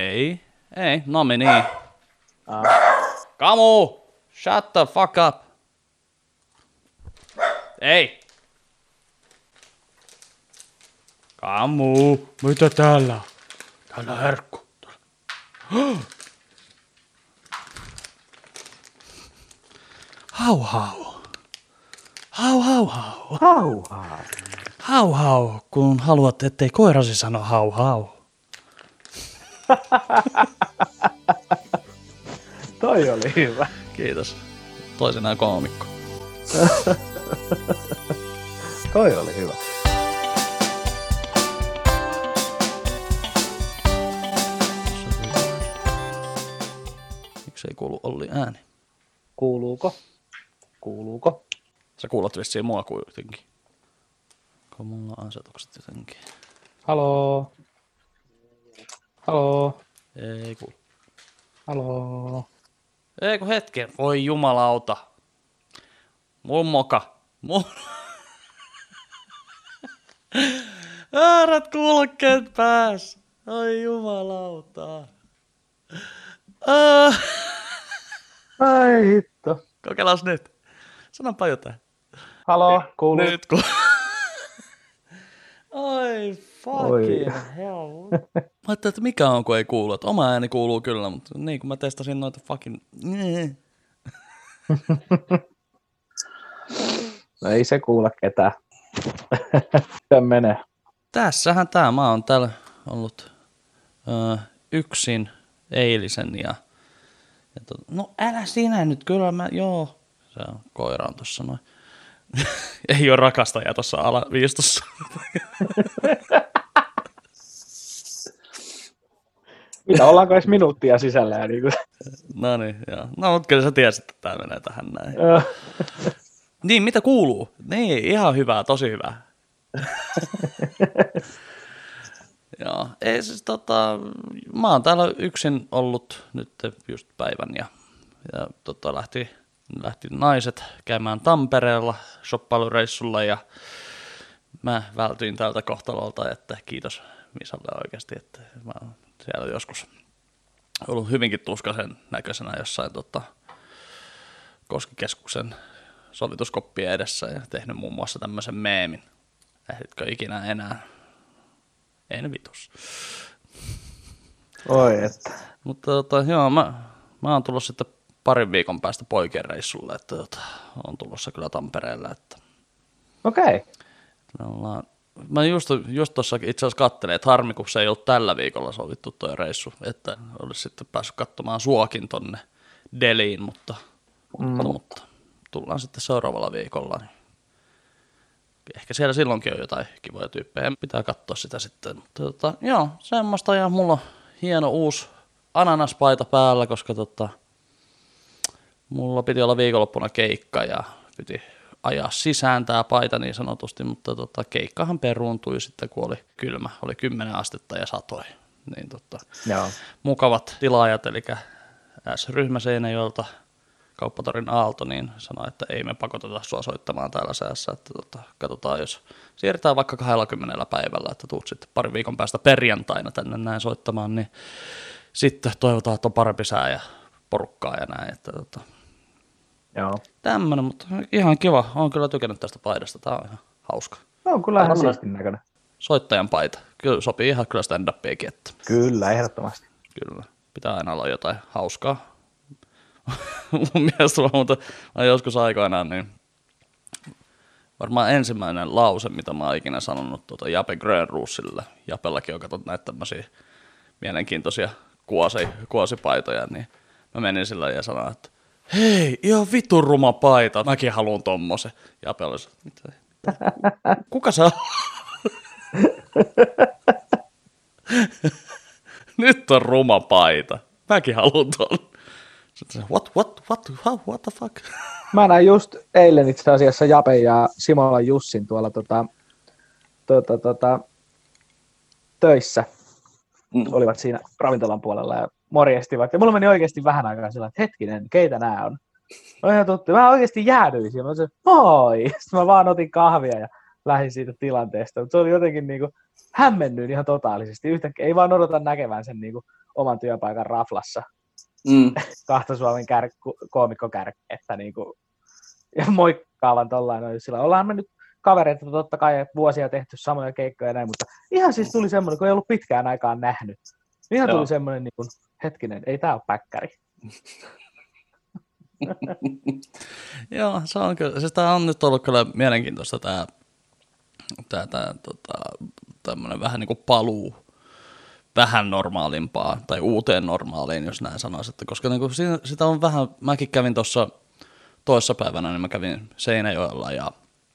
Ei, no meni. Niin. Kamu! Shut the fuck up! Ei! Kamu! Mitä täällä on? Täällä on herkku. Hau. Hau, kun haluat, ettei koirasi sano hau. Toi oli hyvä. Kiitos. Toisenaan koomikko. Toi oli hyvä. Miksi ei kuulu Olli ääni? Kuuluuko? Sä kuulet vissiin mua kuitenkin. Kun mulla on asetukset jotenkin. Haloo. Ei kuulu. Haloo. Ei kun hetken. Voi jumalauta. Mummoka. Väärät kulkeet pääs. Oi jumalauta. Ai hitto. Kokeillaan nyt. Sanonpa jotain. Haloo, kuuluu. Nyt kun... Oi fucking hell. Mä ajattelin, että mikä on, kun ei kuulu. Että oma ääni kuuluu kyllä, mutta niin kun mä testasin noita fucking... No ei se kuule ketään. Miten menee? Tässähän tää. Mä oon täällä ollut yksin eilisen ja no älä sinä nyt, kyllä mä, joo. Se on koira on tossa noin. Ei oo rakastaja tossa alaviistossa. Mitä, ollaanko edes minuuttia sisällä? Ja niin kuin... No niin, joo. No mut kyllä sä tiesit, että tää menee tähän näin. Niin, mitä kuuluu? Niin, ihan hyvää, tosi hyvää. Joo, ei siis mä oon täällä yksin ollut nyt just päivän ja lähti naiset käymään Tampereella shoppailureissulla ja mä vältyin tältä kohtalolta, että kiitos Misalle oikeasti, että mä oon siellä joskus ollut hyvinkin tuskaisen näköisenä jossain Koskikeskuksen sovituskoppien edessä ja tehnyt muun muassa tämmöisen meemin. Lähditkö ikinä enää? En vitus. Oi että. Mutta joo, mä oon tullut sitten parin viikon päästä poikien reissulle, että on tulossa kyllä Tampereelle. Että Okei. Mä just tuossa itse asiassa katselin, että harmi, kun se ei ollut tällä viikolla sovittu tuo reissu, että olisi sitten päässyt katsomaan suakin tonne Deliin, mutta tullaan sitten seuraavalla viikolla. Niin ehkä siellä silloinkin on jotain kivoja tyyppejä, pitää katsoa sitä sitten. Mutta joo, semmoista ja mulla on hieno uusi ananaspaita päällä, koska mulla piti olla viikonloppuna keikka ja piti ajaa sisään tää paita niin sanotusti, mutta keikkahan peruuntui sitten, kun oli kylmä, oli 10 astetta ja satoi. Niin mukavat tilaajat, eli S-ryhmä Seinäjoelta, Kauppatorin Aalto, niin sanoi, että ei me pakoteta sua soittamaan täällä säässä, että katsotaan, jos siirretään vaikka 20 päivällä, että tuut sitten parin viikon päästä perjantaina tänne näin soittamaan, niin sitten toivotaan, että on parempi sää ja porukkaa ja näin, että joo. Tämmönen, mutta ihan kiva, olen kyllä tykännyt tästä paidasta, tää on ihan hauska. No on kyllä ihan siistin näköinen. Soittajan paita, kyllä sopii ihan kyllä stand-upiakin, että Kyllä, ehdottomasti. kyllä, pitää aina olla jotain hauskaa. Mun mielestä mutta mä joskus aikoinaan, niin varmaan ensimmäinen lause, mitä mä oon ikinä sanonut Jape Grönroosille. Japellakin on katsottu näitä tämmöisiä mielenkiintoisia kuosipaitoja, niin mä menin sillä ja sanoin, että hei, ihan vitun ruma paita, mäkin haluun tommosen. Jape oli mitä? Kuka sä Nyt on ruma paita, mäkin haluun ton. What the fuck? Mä näin just eilen itse asiassa Jape ja Simolan Jussin tuolla töissä. Olivat siinä ravintolan puolella ja morjestivat. Ja mulla meni oikeasti vähän aikaa sillä, että hetkinen, keitä nää on? No ihan tuttu. Mä oikeasti jäädyin siinä. Mä sanoin, moi! Sitten mä vaan otin kahvia ja lähdin siitä tilanteesta. Mutta se oli jotenkin niinku hämmennyin ihan totaalisesti. Yhtäkkiä ei vaan odota näkevän sen niinku oman työpaikan raflassa kahta Suomen koomikkokärkettä niinku, ja moikkaavan tollain. Sillä ollaan me nyt kavereita totta kai vuosia tehty samoja keikkoja ja näin, mutta ihan siis tuli semmoinen, kun ei ollut pitkään aikaan nähnyt. Ihan tuli semmoinen, niin kuin, hetkinen, ei tää ole päkkäri. Joo, se on kyllä. Siis tää on nyt ollut kyllä mielenkiintoista tämmöinen vähän niin kuin paluu vähän normaalimpaa tai uuteen normaaliin, jos näin sanoisin. Koska niin kuin sitä on vähän, mäkin kävin tuossa toissapäivänä, niin mä kävin Seinäjoella ja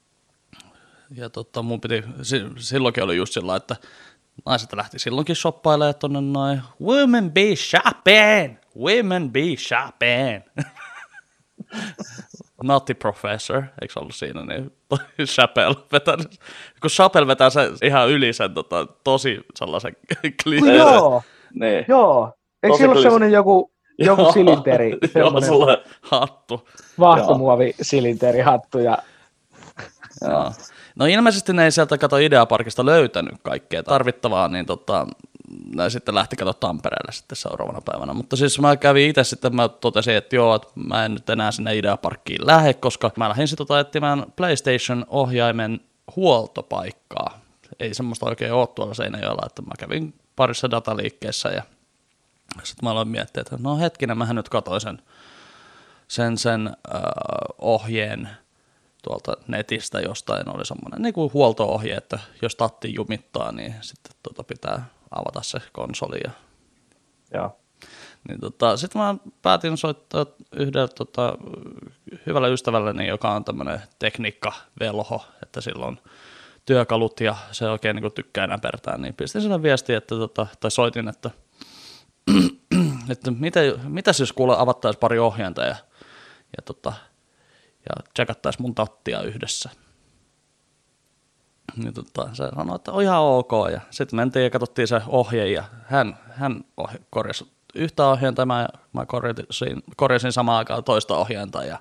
mun piti, silloinkin oli just sillä, että naiset lähti silloinkin shoppailemaan tuonne noin women be shopping. Naughty Professor, eikö ollut siinä, niin Chappelle vetää, kun Chappelle vetää se ihan yli sen tosi sellaisen kliseen. Joo, eikö sillä ole semmoinen joku silinteri? Joo, sulle hattu. Vaahtomuovi-silinterihattu ja... Joo. No ilmeisesti ne ei sieltä Ideaparkista löytänyt kaikkea tarvittavaa, niin ne sitten lähti Tampereelle sitten seuraavana päivänä. Mutta siis mä kävin itse sitten, mä totesin, että joo, että mä en nyt enää sinne Ideaparkkiin lähde, koska mä lähdin sitten etsimään PlayStation-ohjaimen huoltopaikkaa. Ei semmoista oikein ole tuolla Seinäjoella, että mä kävin parissa dataliikkeessä ja sitten mä aloin miettiä, että no hetkinen, mähän nyt katsoin sen ohjeen tuolta netistä jostain, oli semmoinen niin kuin huolto-ohje, että jos tatti jumittaa, niin sitten pitää avata se konsoli. Joo. Niin sitten mä päätin soittaa yhdelle hyvälle ystävälleni, joka on tämmöinen tekniikkavelho, että sillä on työkalut ja se oikein niin tykkää näpertää, niin pistin sille viestiä, tai soitin, että mitäs jos kuule avattaisiin pari ohjainta ja tsekattaisiin mun tattia yhdessä. Niin se sanoi, että on ihan ok. Ja sitten mentiin ja katsottiin se ohje ja hän korjasi yhtä ohjainta ja mä korjasin samaan aikaan toista ohjainta. Ja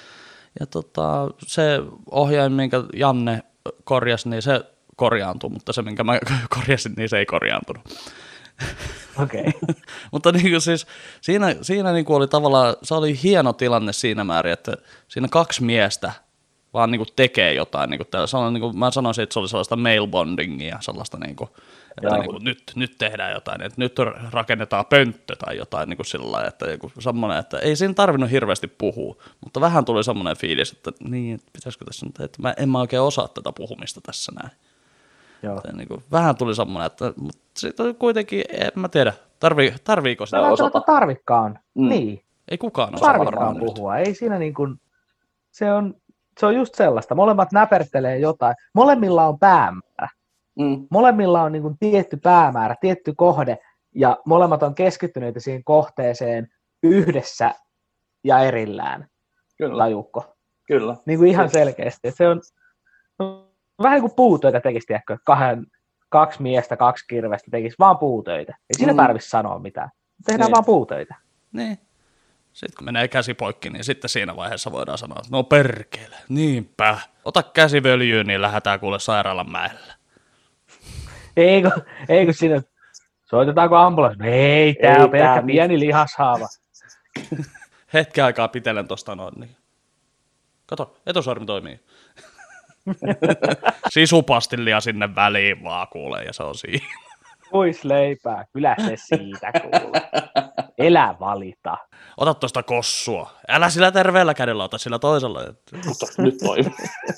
se ohjain, minkä Janne korjasi, niin se korjaantui, mutta se, minkä mä korjasin, niin se ei korjaantunut. Okei. Mutta niin siis, siinä niin oli tavallaan, se oli hieno tilanne siinä määrin, että siinä kaksi miestä vaan niin tekee jotain. Niin mä sanoisin, että se oli sellaista male bondingia, sellaista, että nyt tehdään jotain, että nyt rakennetaan pönttö tai jotain niin sillä lailla, että semmoinen, että ei siinä tarvinnut hirveästi puhua, mutta vähän tuli semmoinen fiilis, että niin, pitäisikö tässä nyt, että en mä oikein osaa tätä puhumista tässä näin. Vähän tuli semmoinen, mutta sitten oli kuitenkin, en mä tiedä, tarviiko sitä osata. Tarvikkaan, niin. Ei kukaan osaa tarvikkaan puhua, ei siinä niin kuin, se on just sellaista, molemmat näpertelee jotain, molemmilla on päämäärä, molemmilla on niin kuin tietty päämäärä, tietty kohde, ja molemmat on keskittyneitä siihen kohteeseen yhdessä ja erillään. Kyllä. Tajukko? Kyllä. Niin kuin ihan selkeästi, se on vähän niin kuin puutöitä tekisi, tiedätkö, kaksi miestä, kaksi kirvestä tekisi vaan puutöitä. Ei siinä tarvitse sanoa mitään. Tehdään vaan puutöitä. Niin. Sitten kun menee käsi poikki, niin sitten siinä vaiheessa voidaan sanoa, että no perkele, niinpä. Ota käsivöljyyn, niin lähdetään kuule Sairaalanmäelle. Eikö siinä, soitetaanko ambulanssi? Ei, tää on pelkkä pieni lihashaava. Hetken aikaa pitelen tosta noin. Niin. Kato, etusormi toimii. Sisupastillia sinne väliin vaan kuulee ja se on siinä. Ruisleipää, kyllä se siitä kuulee. Elä valita. Ota tuosta kossua. Älä sillä terveellä kädellä, ota sillä toisella. Mutta nyt toimii.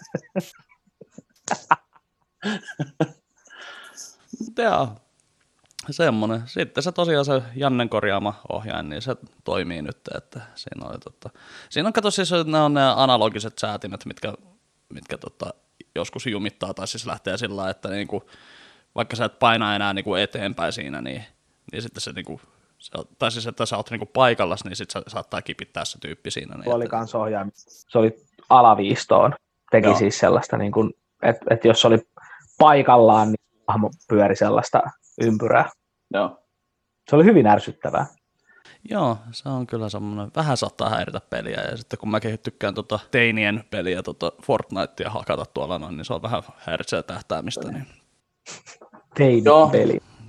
Joo, semmoinen. Sitten se tosiaan se Jannen korjaama ohjain, niin se toimii nyt. Että siinä on kato siis ne on ne analogiset säätimet, mitkä joskus jumittaa tai siis lähtee sillä lailla, että niinku, vaikka sä et painaa enää niinku eteenpäin siinä, niin sitten se niinku, tai siis että sä oot niinku paikallas, niin sitten saattaa kipittää se tyyppi siinä. Niin oli kans ohjaaja, se oli alaviistoon, teki siis sellaista, niin että jos oli paikallaan, niin hahmo pyöri sellaista ympyrää. Joo. Se oli hyvin ärsyttävää. Joo, se on kyllä semmoinen, vähän saattaa häiritä peliä, ja sitten kun mäkin tykkään teinien peliä, Fortnitea hakata tuolla noin, niin se on vähän häiritsee tähtäämistä. Niin. Teini-peli.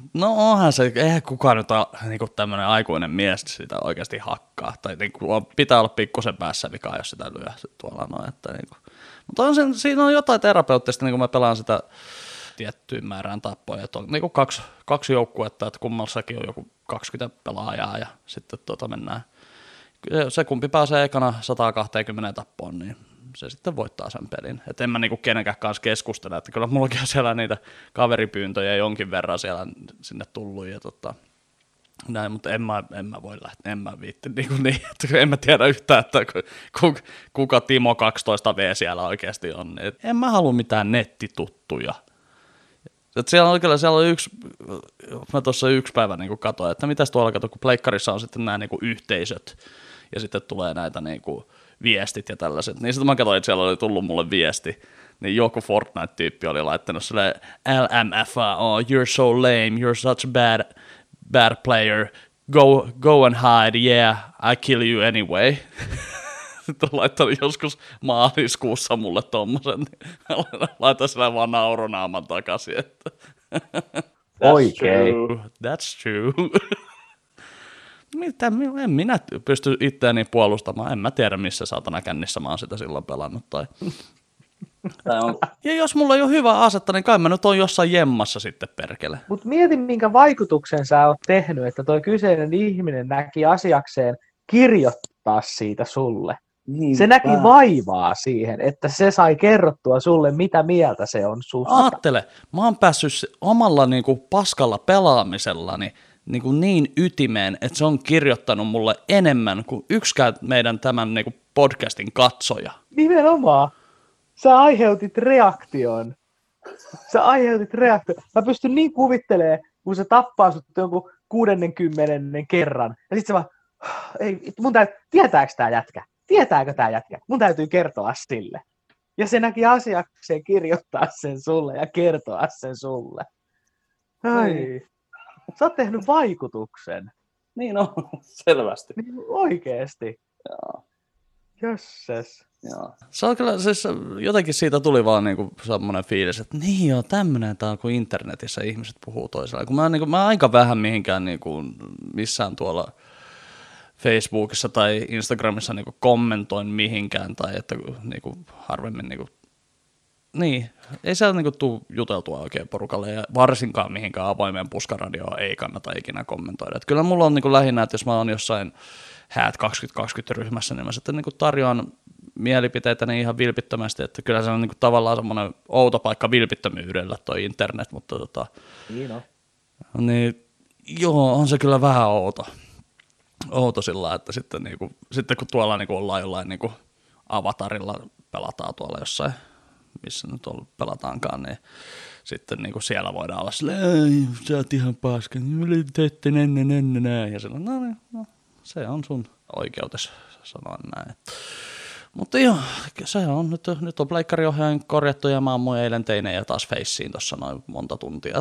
No onhan se, eihän kukaan nyt ole niin tämmöinen aikuinen mies sitä oikeasti hakkaa. Tai niin kuin, pitää olla pikkusen päässä vikaa, jos sitä lyö tuolla noin. Että, niin kuin. Mutta siinä on jotain terapeuttista, niin kun mä pelaan sitä tiettyyn määrään tappoja. Että on niin kuin kaksi joukkuetta, että kummassakin on joku 20 pelaajaa ja sitten mennään. Se kumpi pääsee ekana 120 tappoon, niin se sitten voittaa sen pelin. Että en mä niinku kenenkään kanssa keskustele, että kyllä mullakin on siellä niitä kaveripyyntöjä jonkin verran siellä sinne tullut ja näin, mutta en mä voi lähteä, en mä viitti niin, että en mä tiedä yhtään, että kuka Timo 12V siellä oikeasti on. Et en mä halua mitään nettituttuja. Et siellä oli mä tuossa yksi päivä niin katsoin, että mitäs tuolla kun pleikkarissa on sitten nämä niin yhteisöt ja sitten tulee näitä niin viestit ja tällaiset. Niin sitten mä katsoin, että siellä oli tullut mulle viesti, niin joku Fortnite-tyyppi oli laittanut silleen LMFAO, you're so lame, you're such a bad player, go and hide, yeah, I kill you anyway. Sitten on laittanut joskus maaliskuussa mulle tommosen, niin laitan sillä vaan nauronaaman takaisin, että oikein. That's true. En minä pysty itseäni puolustamaan, en mä tiedä missä saatana kännissä mä oon sitä silloin pelannut. Ja jos mulla ei ole hyvä asetta, niin kai mä nyt oon jossain jemmassa sitten perkele. Mut mieti minkä vaikutuksen sä oot tehnyt, että toi kyseinen ihminen näki asiakseen kirjoittaa siitä sulle. Se näki vaivaa siihen, että se sai kerrottua sulle, mitä mieltä se on susta. Aattele, mä oon päässyt omalla niinku paskalla pelaamisellani niin ytimeen, että se on kirjoittanut mulle enemmän kuin yksikään meidän tämän niinku podcastin katsoja. Nimenomaan. Sä aiheutit reaktion. Mä pystyn niin kuvittelemaan, kun se tappaa sut jonkun 60. kerran. Ja sit se vaan, Tietääkö tää jätkä? Mun täytyy kertoa sille. Ja se näki asiakseen kirjoittaa sen sulle ja kertoa sen sulle. Ai. Sä oot tehnyt vaikutuksen. Niin on, selvästi. Niin oikeesti. Joo. Jösses. Joo. Se on kyllä, siis jotenkin siitä tuli vaan niinku semmoinen fiilis, että niin joo, tämmöinen tää on, kun internetissä ihmiset puhuu toisella. Kun mä aika vähän mihinkään niinku, missään tuolla Facebookissa tai Instagramissa niinku kommentoin mihinkään, tai että niinku, harvemmin niinku, niin, ei siellä niinku tuu juteltua oikein porukalle, ja varsinkaan mihinkään avoimeen puskaradioon ei kannata ikinä kommentoida. Et kyllä mulla on niinku lähinnä, että jos mä oon jossain Häät 2020 ryhmässä, niin mä sitten niinku tarjoan mielipiteitä niin ihan vilpittömästi, että kyllä se on niinku tavallaan semmoinen outo paikka vilpittömyydellä toi internet, mutta niin, joo, on se kyllä vähän outo sillä, että sitten kun tuolla niinku ollaan jollain niinku avatarilla, pelataan tuolla jossain, missä nyt pelataankaan, niin sitten niinku siellä voidaan olla silleen, sä oot ihan paska, ja silloin, no, se on sun oikeutes sanoa näin. Mutta joo, se on nyt on pleikkariohjaajan korjattu ja mä ammuin eilen teinejä taas feissiin tuossa noin monta tuntia.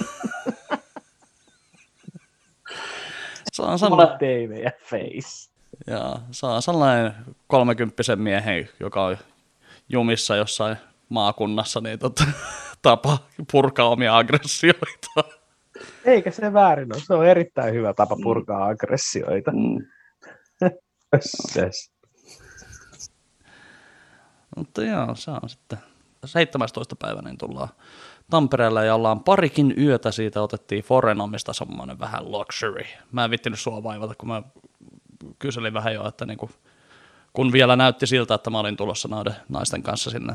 Se on sellainen teinejä face. Joo, se on sellainen 30 miehen, joka on jumissa jossain maakunnassa, niin tapa purkaa omia aggressioita. Eikä se väärin ole, se on erittäin hyvä tapa purkaa aggressioita. Mutta joo, se on sitten 17. päivä, niin tullaan Tampereelle ja ollaan parikin yötä, siitä otettiin Forenomista semmoinen vähän luxury. Mä en vittinyt sua vaivata, kun mä kyselin vähän jo, että niinku, kun vielä näytti siltä, että mä olin tulossa noiden naisten kanssa sinne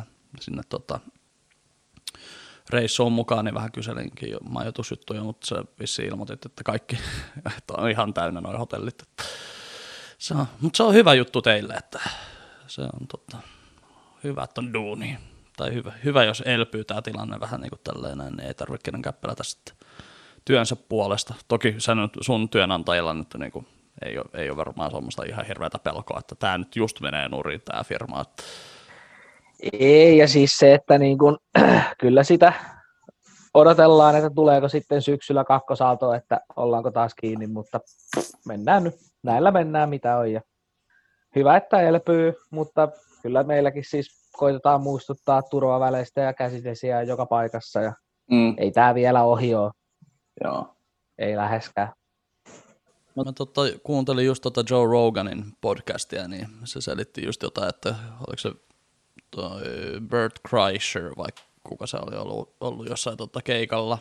reissuun mukaan, niin vähän kyselinkin jo majoitusjuttuja, mutta se vissiin ilmoitit, että kaikki että on ihan täynnä nuo hotellit. Mutta se on hyvä juttu teille, että se on hyvä, että on duuni. Tai hyvä, jos elpyy tämä tilanne vähän niin kuin tälleen, niin ei tarvitse kenenkään pelätä sitten työnsä puolesta. Toki sun työnantajilla nyt niin kuin ei ole varmaan semmoista ihan hirveätä pelkoa, että tämä nyt just menee nurin tämä firma. Ei, ja siis se, että niin kun, kyllä sitä odotellaan, että tuleeko sitten syksyllä kakkosaalto, että ollaanko taas kiinni, mutta mennään nyt. Näillä mennään mitä on. Ja hyvä, että elpyy, mutta kyllä meilläkin siis koitetaan muistuttaa turvaväleistä ja käsidesiä joka paikassa. Ja ei tämä vielä ohi ole. Joo. Ei läheskään. Mä kuuntelin just Joe Roganin podcastia, niin se selitti just jotain, että oliko se toi Bert Kreischer vai kuka se oli ollut jossain keikalla.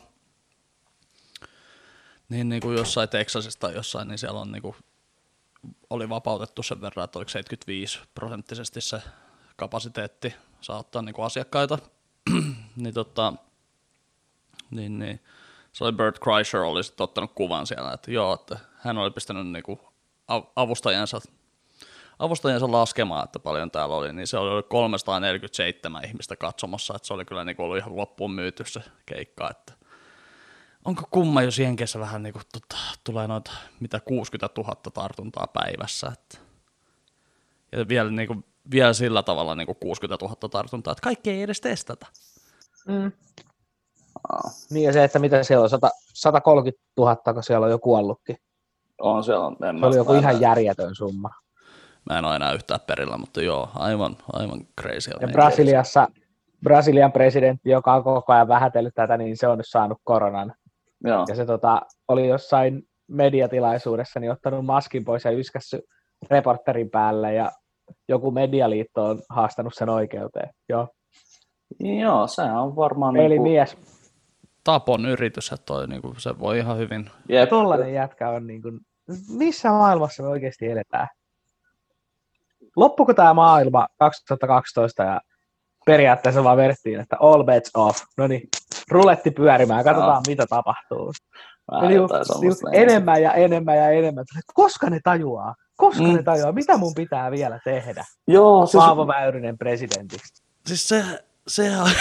Niin kuin jossain Texasista tai jossain, niin siellä on niin kuin, oli vapautettu sen verran, että oliko 75% se kapasiteetti saa ottaa niin kuin asiakkaita. niin, se oli Bert Kreischer oli sitten ottanut kuvan siellä, että joo, että hän oli pistänyt niin kuin avustajansa laskemaan, että paljon täällä oli, niin se oli 347 ihmistä katsomassa, että se oli kyllä niin kuin ollut ihan loppuun myyty se keikka, että onko kumma, jos Jenkeissä vähän niin kuin, tulee noita, mitä 60 000 tartuntaa päivässä, että ja vielä sillä tavalla niin kuin 60 000 tartuntaa, että kaikki ei edes testata. Mm. Niin ja se, että mitä siellä on, 130 000, kun siellä on jo kuollutkin. On siellä. Se oli joku ihan järjetön summa. Mä en ole enää yhtään perillä, mutta joo, aivan crazy. Ja Brasilian presidentti, joka on koko ajan vähätellyt tätä, niin se on nyt saanut koronan. Joo. Ja se oli jossain mediatilaisuudessa niin ottanut maskin pois ja yskässyt reporterin päälle ja joku medialiitto on haastanut sen oikeuteen. Joo, se on varmaan... Eli mies. Tapon yritys, että niinku, se voi ihan hyvin... Tollainen jätkä on niin kuin, missä maailmassa me oikeasti eletään? Loppuko tämä maailma 2012 ja periaatteessa vaan vedettiin, että all bets off. No niin, ruletti pyörimään, katsotaan mitä tapahtuu. Enemmän ja enemmän ja enemmän. Koska ne tajuaa? Ne tajuaa? Mitä mun pitää vielä tehdä? Joo, siis... Paavo Väyrynen presidentiksi. Siis se on...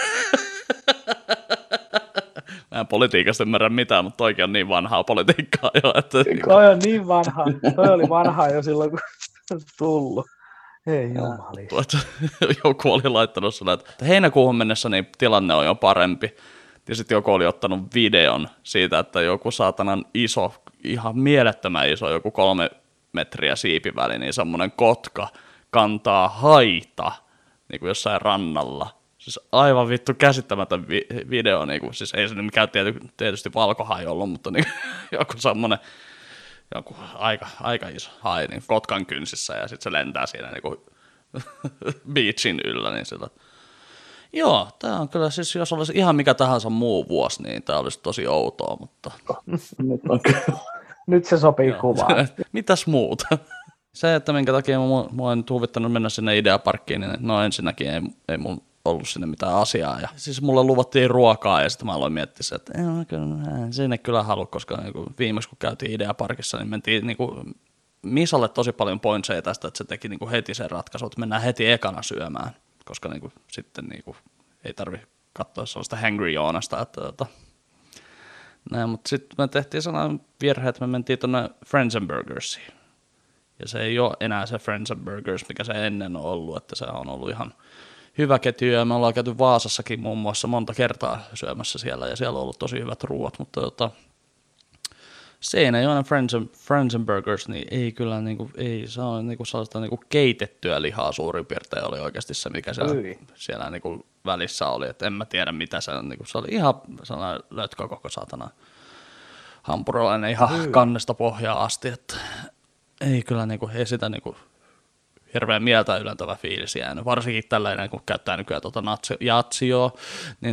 Mä en politiikasta ymmärrä mitään, mutta toikin on niin vanhaa politiikkaa jo. Että... Toi on niin vanha. Toi oli vanhaa jo silloin, kun tullut. Ei jumalista. Joku oli laittanut sillä, että heinäkuuhun mennessä niin tilanne on jo parempi. Ja sitten joku oli ottanut videon siitä, että joku saatanan iso, ihan mielettömän iso, joku 3 metriä siipiväli, niin semmoinen kotka kantaa haita niin kuin jossain rannalla. Siis aivan vittu käsittämätön video, niin kuin, siis ei se nyt mikään tietysti valkohai ollut, mutta niin, joku semmoinen joku aika iso hai niin kotkan kynsissä ja sitten se lentää siinä niin kuin beachin yllä. Niin sillä... Joo, tämä on kyllä siis, jos olisi ihan mikä tahansa muu vuosi, niin tämä olisi tosi outoa, mutta... Nyt se sopii kuvaan. Mitäs muuta? Se, että minkä takia mua on huvittanut mennä sinne Ideaparkkiin, niin no ensinnäkin ei mun ollut sinne mitään asiaa. Ja siis mulle luvattiin ruokaa ja sitten mä aloin miettiä se, että sinne kyllä halua, koska niin viimeksi kun käytiin Ideaparkissa, niin mentiin niin kuin Misalle tosi paljon pointseja tästä, että se teki niin kuin heti sen ratkaisun, että mennään heti ekana syömään, koska niin kuin, sitten niin kuin, ei tarvitse katsoa sellaista Hangry Joonasta. Mutta sitten me tehtiin sellainen virhe, että me mentiin tuonne Friends and Burgersiin. Ja se ei ole enää se Friends and Burgers, mikä se ennen on ollut, että se on ollut ihan hyvä ketju, ja me ollaan käyty Vaasassakin muun muassa monta kertaa syömässä siellä, ja siellä on ollut tosi hyvät ruuat, mutta Seinäjoen Friends and Burgers, niin ei kyllä, niinku, ei, se on niinku sellaista niinku keitettyä lihaa suurin piirtein oli oikeasti se, mikä siellä niinku välissä oli, että en mä tiedä mitä se on, niinku, se oli ihan sellainen lötkö koko satana hampurilainen ihan kannesta pohjaa asti, että ei kyllä niinku, ei sitä niinku hirveän mieltä ylentävä fiilis jäänyt, varsinkin tällainen, kun käyttää nykyään jatsioa, niin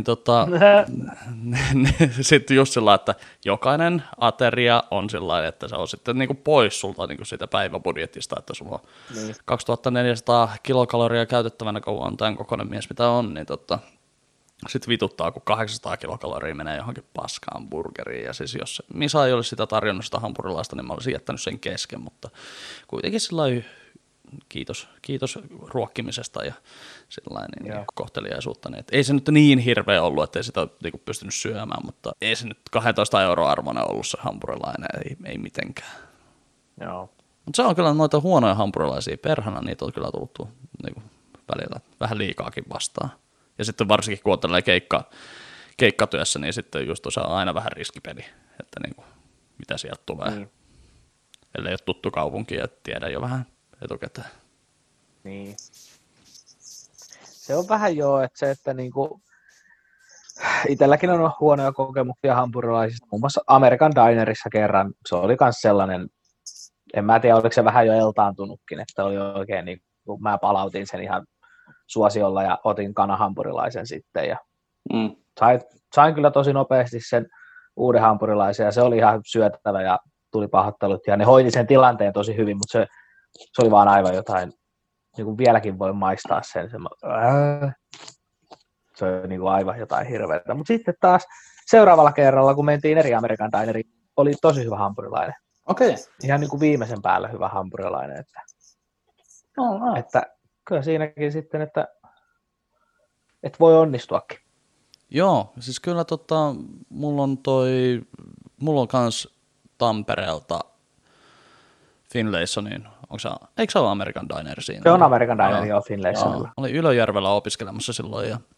sitten just sillä, että jokainen ateria on sillä että se on sitten niinku pois sulta niinku siitä päiväbudjetista, että sulla on 2400 kilokaloria käytettävänä, kun on tämän kokoinen mies, mitä on, niin sitten vituttaa, kun 800 kilokaloria menee johonkin paskaan burgeriin, ja siis jos Misa ei olisi sitä tarjonnut sitä hampurilaista, niin mä olisin jättänyt sen kesken, mutta kuitenkin sillä kiitos ruokkimisesta ja sellainen niin kohteliaisuutta. Niin, ei se nyt niin hirveä ollut, ettei sitä niin pystynyt syömään, mutta ei se nyt 12 € arvoinen ollut se hampurilainen, ei mitenkään. Joo. Mutta se on kyllä noita huonoja hampurilaisia perhana, niitä on kyllä tullut niin välillä vähän liikaakin vastaan. Ja sitten varsinkin kun on keikkatyössä, niin sitten just se on aina vähän riskipeli, että niin kuin, mitä sieltä tulee. Mm. Ellei ole tuttu kaupunki ja tiedä jo vähän etukäteen. Niin. Se on vähän että se, että niinku, Itselläkin on huonoja kokemuksia hampurilaisista. Muun muassa American Dinerissa kerran. Se oli myös sellainen, en mä tiedä, oliko se vähän jo eltaantunutkin, että oli oikein niin kuin mä palautin sen ihan suosiolla ja otin kanahampurilaisen sitten. Ja sain kyllä tosi nopeasti sen uuden hampurilaisen ja se oli ihan syötävä ja tuli pahoittelut ja ne hoiti sen tilanteen tosi hyvin, mutta se oli vaan aivan jotain, niin kuin vieläkin voi maistaa sen. Se oli niin kuin aivan jotain hirveätä. Mutta sitten taas seuraavalla kerralla, kun mentiin eri American Dineriin, oli tosi hyvä hampurilainen. Okei. Ihan niin kuin viimeisen päälle hyvä hampurilainen. Että kyllä siinäkin sitten, että voi onnistuakin. Joo, siis kyllä mulla on kans Tampereelta Finlaysonin, eikö se ole American Diner siinä? Se on American Diner, joo, Finlaysonilla. Olin Ylöjärvellä opiskelemassa silloin ja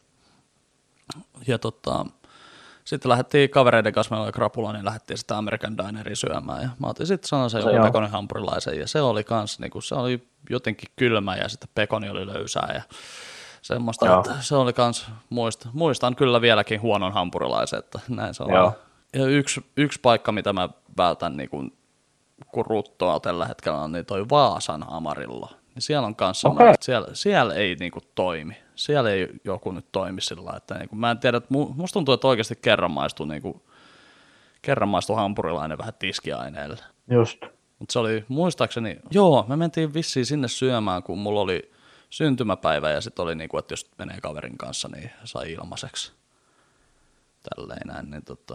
sitten lähdettiin kavereiden kanssa, meillä oli krapula, niin lähdettiin sitten American Dineriin syömään. Ja mä otin sitten sellaisen joku pekonin hampurilaisen ja se oli kans, niinku, se oli jotenkin kylmä ja sitten pekoni oli löysää ja semmoista, että se oli kans, muistan kyllä vieläkin huonon hampurilaisen, että näin se on. Ja yksi paikka, mitä mä vältän niinku, kun ruttoa tällä hetkellä on, niin toi Vaasan Amarillo. Niin siellä on kanssa semmoinen, että siellä ei niinku toimi. Siellä ei joku nyt toimi sillä lailla, että niinku, mä en tiedä, että musta tuntuu, että oikeasti kerran maistuu hampurilainen vähän tiskiaineelle. Just. Mutta se oli muistaakseni, joo, me mentiin vissiin sinne syömään, kun mulla oli syntymäpäivä ja sitten oli niinku, että jos menee kaverin kanssa, niin sai ilmaiseksi. Tälleen näin,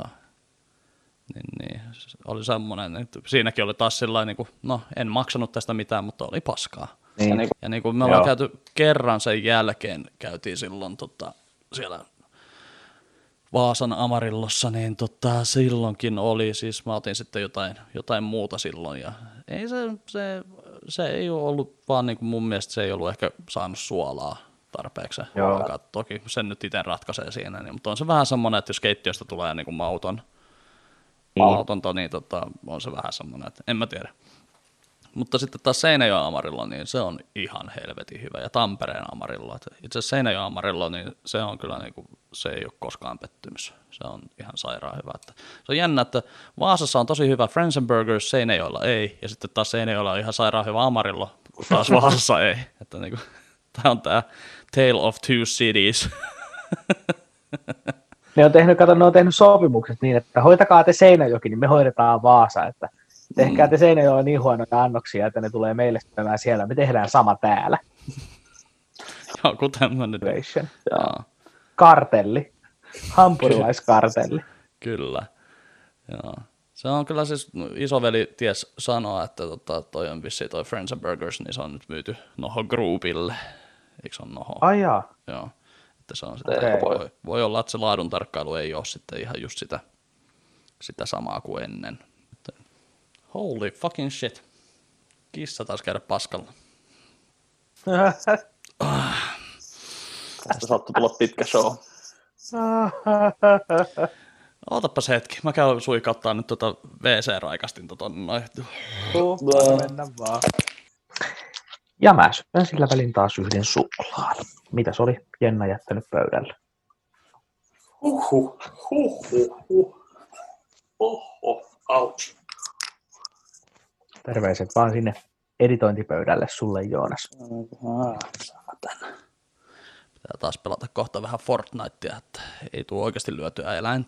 niin oli semmoinen, että siinäkin oli taas sellainen, niin kuin, no en maksanut tästä mitään, mutta oli paskaa. Ja niin kuin me ollaan käyty kerran sen jälkeen, käytiin silloin siellä Vaasan Amarillossa, niin silloinkin oli, siis mä otin sitten jotain muuta silloin, ja ei se ei ole ollut, vaan niin kuin mun mielestä se ei ollut ehkä saanut suolaa tarpeeksi. Toki sen nyt itse ratkaisee siinä, niin, mutta on se vähän semmoinen, että jos keittiöstä tulee niin kuin mauton, niin on se vähän semmoinen, että en mä tiedä. Mutta sitten taas Seinäjoen Amarillo, niin se on ihan helvetin hyvä. Ja Tampereen Amarillo. Itse asiassa Seinäjoen Amarillo, niin se on kyllä, niin kuin, se ei ole koskaan pettymys. Se on ihan sairaan hyvä. Se on jännä, että Vaasassa on tosi hyvä Friends and Burgers, Seinäjoella ei. Ja sitten taas Seinäjoella on ihan sairaan hyvä Amarillo, kun taas Vaasassa ei. Että niin kuin, tämä on tämä Tale of Two Cities. Ne on tehnyt sopimukset niin, että hoitakaa te Seinäjoki, niin me hoidetaan Vaasa. Että tehkää te Seinäjoella niin huonoja annoksia, että ne tulee meille syömään siellä. Me tehdään sama täällä. Joku tämmöinen. Kartelli. Hampurilaiskartelli. Kyllä. Joo. Se on kyllä siis, isoveli ties sanoa, että toi on vissiin toi Friends and Burgers, niin se on nyt myyty Noho Groupille. Eikö se on Noho? Ai jaa. Joo. Että se on sitten, voi olla, että se laadun tarkkailu ei ole sitten ihan just sitä samaa kuin ennen. Holy fucking shit. Kissa taas käydä paskalla. Tästä saattoi tulla pitkä show. Ootapas hetki. Mä käyn suikattaa nyt WC-raikastinta tonne noin. Mennä vaan. Ja mä syön sillä välin taas yhden suklaan. Mitäs oli Jenna jättänyt pöydälle? Ouch. Terveiset vaan sinne editointipöydälle sulle, Joonas. Pitää taas pelata kohta vähän Fortnitea, että ei tule oikeasti lyötyä eläintä.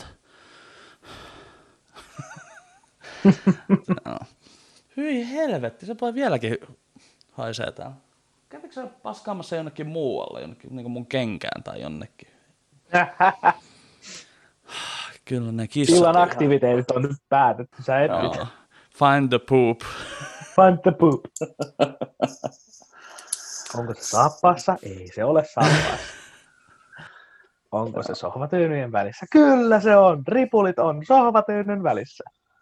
No. Hyi helvetti, se voi vieläkin haisee täällä. Kävikö sä paskaamassa jonnekin muualle, jonnekin niin kuin mun kenkään tai jonnekin? Kyllä ne kissat. Illan aktiviteetit on nyt päätetty, sä et mitään. Find the poop. Find the poop. Onko se saappaassa? Ei se ole saappaassa. Onko se sohvatyynyjen välissä? Kyllä se on. Ripulit on sohvatyynyn välissä.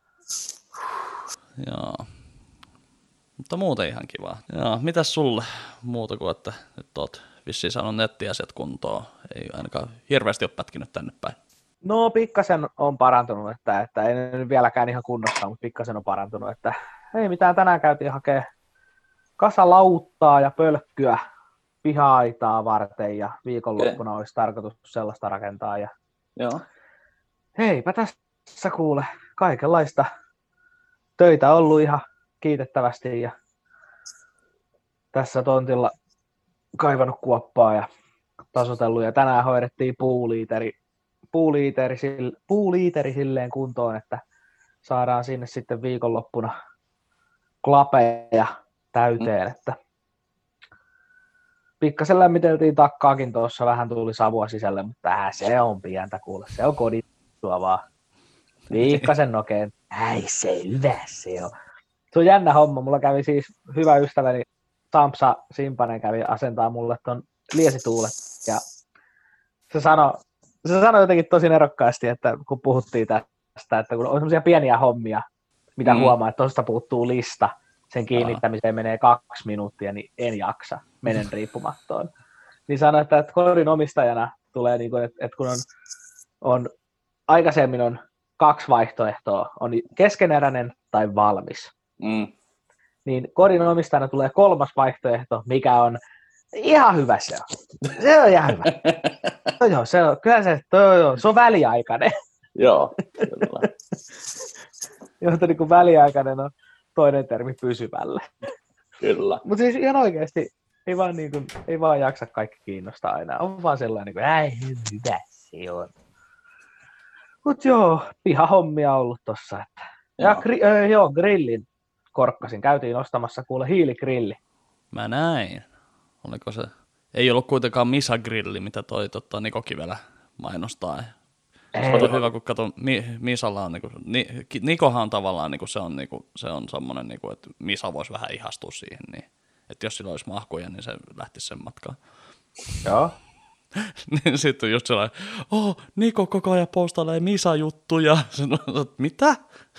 Joo. Mutta muuten ihan kiva. Joo, mitäs sulle muuta kuin, että nyt oot vissiin saanut nettiasiat kuntoon. Ei ainakaan hirveästi ole pätkinyt tänne päin. No pikkasen on parantunut, että ei nyt vieläkään ihan kunnossa, mutta pikkasen on parantunut, että ei mitään, tänään käytiin hakemaan kasalauttaa ja pölkkyä piha-aitaa varten ja viikonloppuna olisi tarkoitus sellaista rakentaa ja Joo. Heipä tässä kuule, kaikenlaista töitä ollut ihan kiitettävästi ja tässä tontilla kaivannut kuoppaa ja tasoitellut ja tänään hoidettiin puuliiteri silleen kuntoon, että saadaan sinne sitten viikonloppuna klapeja täyteen, että pikkasen lämmiteltiin takkaakin tuossa, vähän tuli savua sisälle, mutta se on pientä kuule, se on kodittua vaan. Pikkasen nokeen, se hyvä se on. Se on jännä homma, mulla kävi siis hyvä ystäväni Sampsa Simpanen kävi asentaa mulle ton liesituulet ja se sanoi jotenkin tosi nerokkaasti, että kun puhuttiin tästä, että kun on semmoisia pieniä hommia, mitä huomaa, että tuosta puuttuu lista, sen kiinnittämiseen menee 2 minuuttia, niin en jaksa, menen riippumattoon. Niin sanoi, että kodin omistajana tulee, niin kuin, että kun on aikaisemmin on 2 vaihtoehtoa, on keskeneräinen tai valmis. Niin kodin omistajana tulee 3. vaihtoehto, mikä on ihan hyvä se on. Se on ihan hyvä. Joo, se on, kyllä se on väliaikainen. Joo, kyllä. Jotta niin kuin väliaikainen on toinen termi pysyvälle. Kyllä. Mutta siis ihan oikeasti ei vaan jaksa kaikki kiinnostaa aina. On vaan sellainen, niin hyvä se on. Mut joo, pihahommia ollut tossa. Että. Ja grillin korkkasin. Käytiin ostamassa kuule hiiligrilli. Mä näin. Oliko se? Ei ollut kuitenkaan Misa-grilli, mitä toi Niko Kivelä mainostaa. Se on hyvä, kun katon, Misalla on, Nikohan on tavallaan, se on semmoinen, että Misa voisi vähän ihastua siihen, niin, että jos sillä olisi mahkuja, niin se lähtisi sen matkaan. Joo. Niin sitten just sellainen, Niko koko ajan postailee Misa-juttuja. Mitä?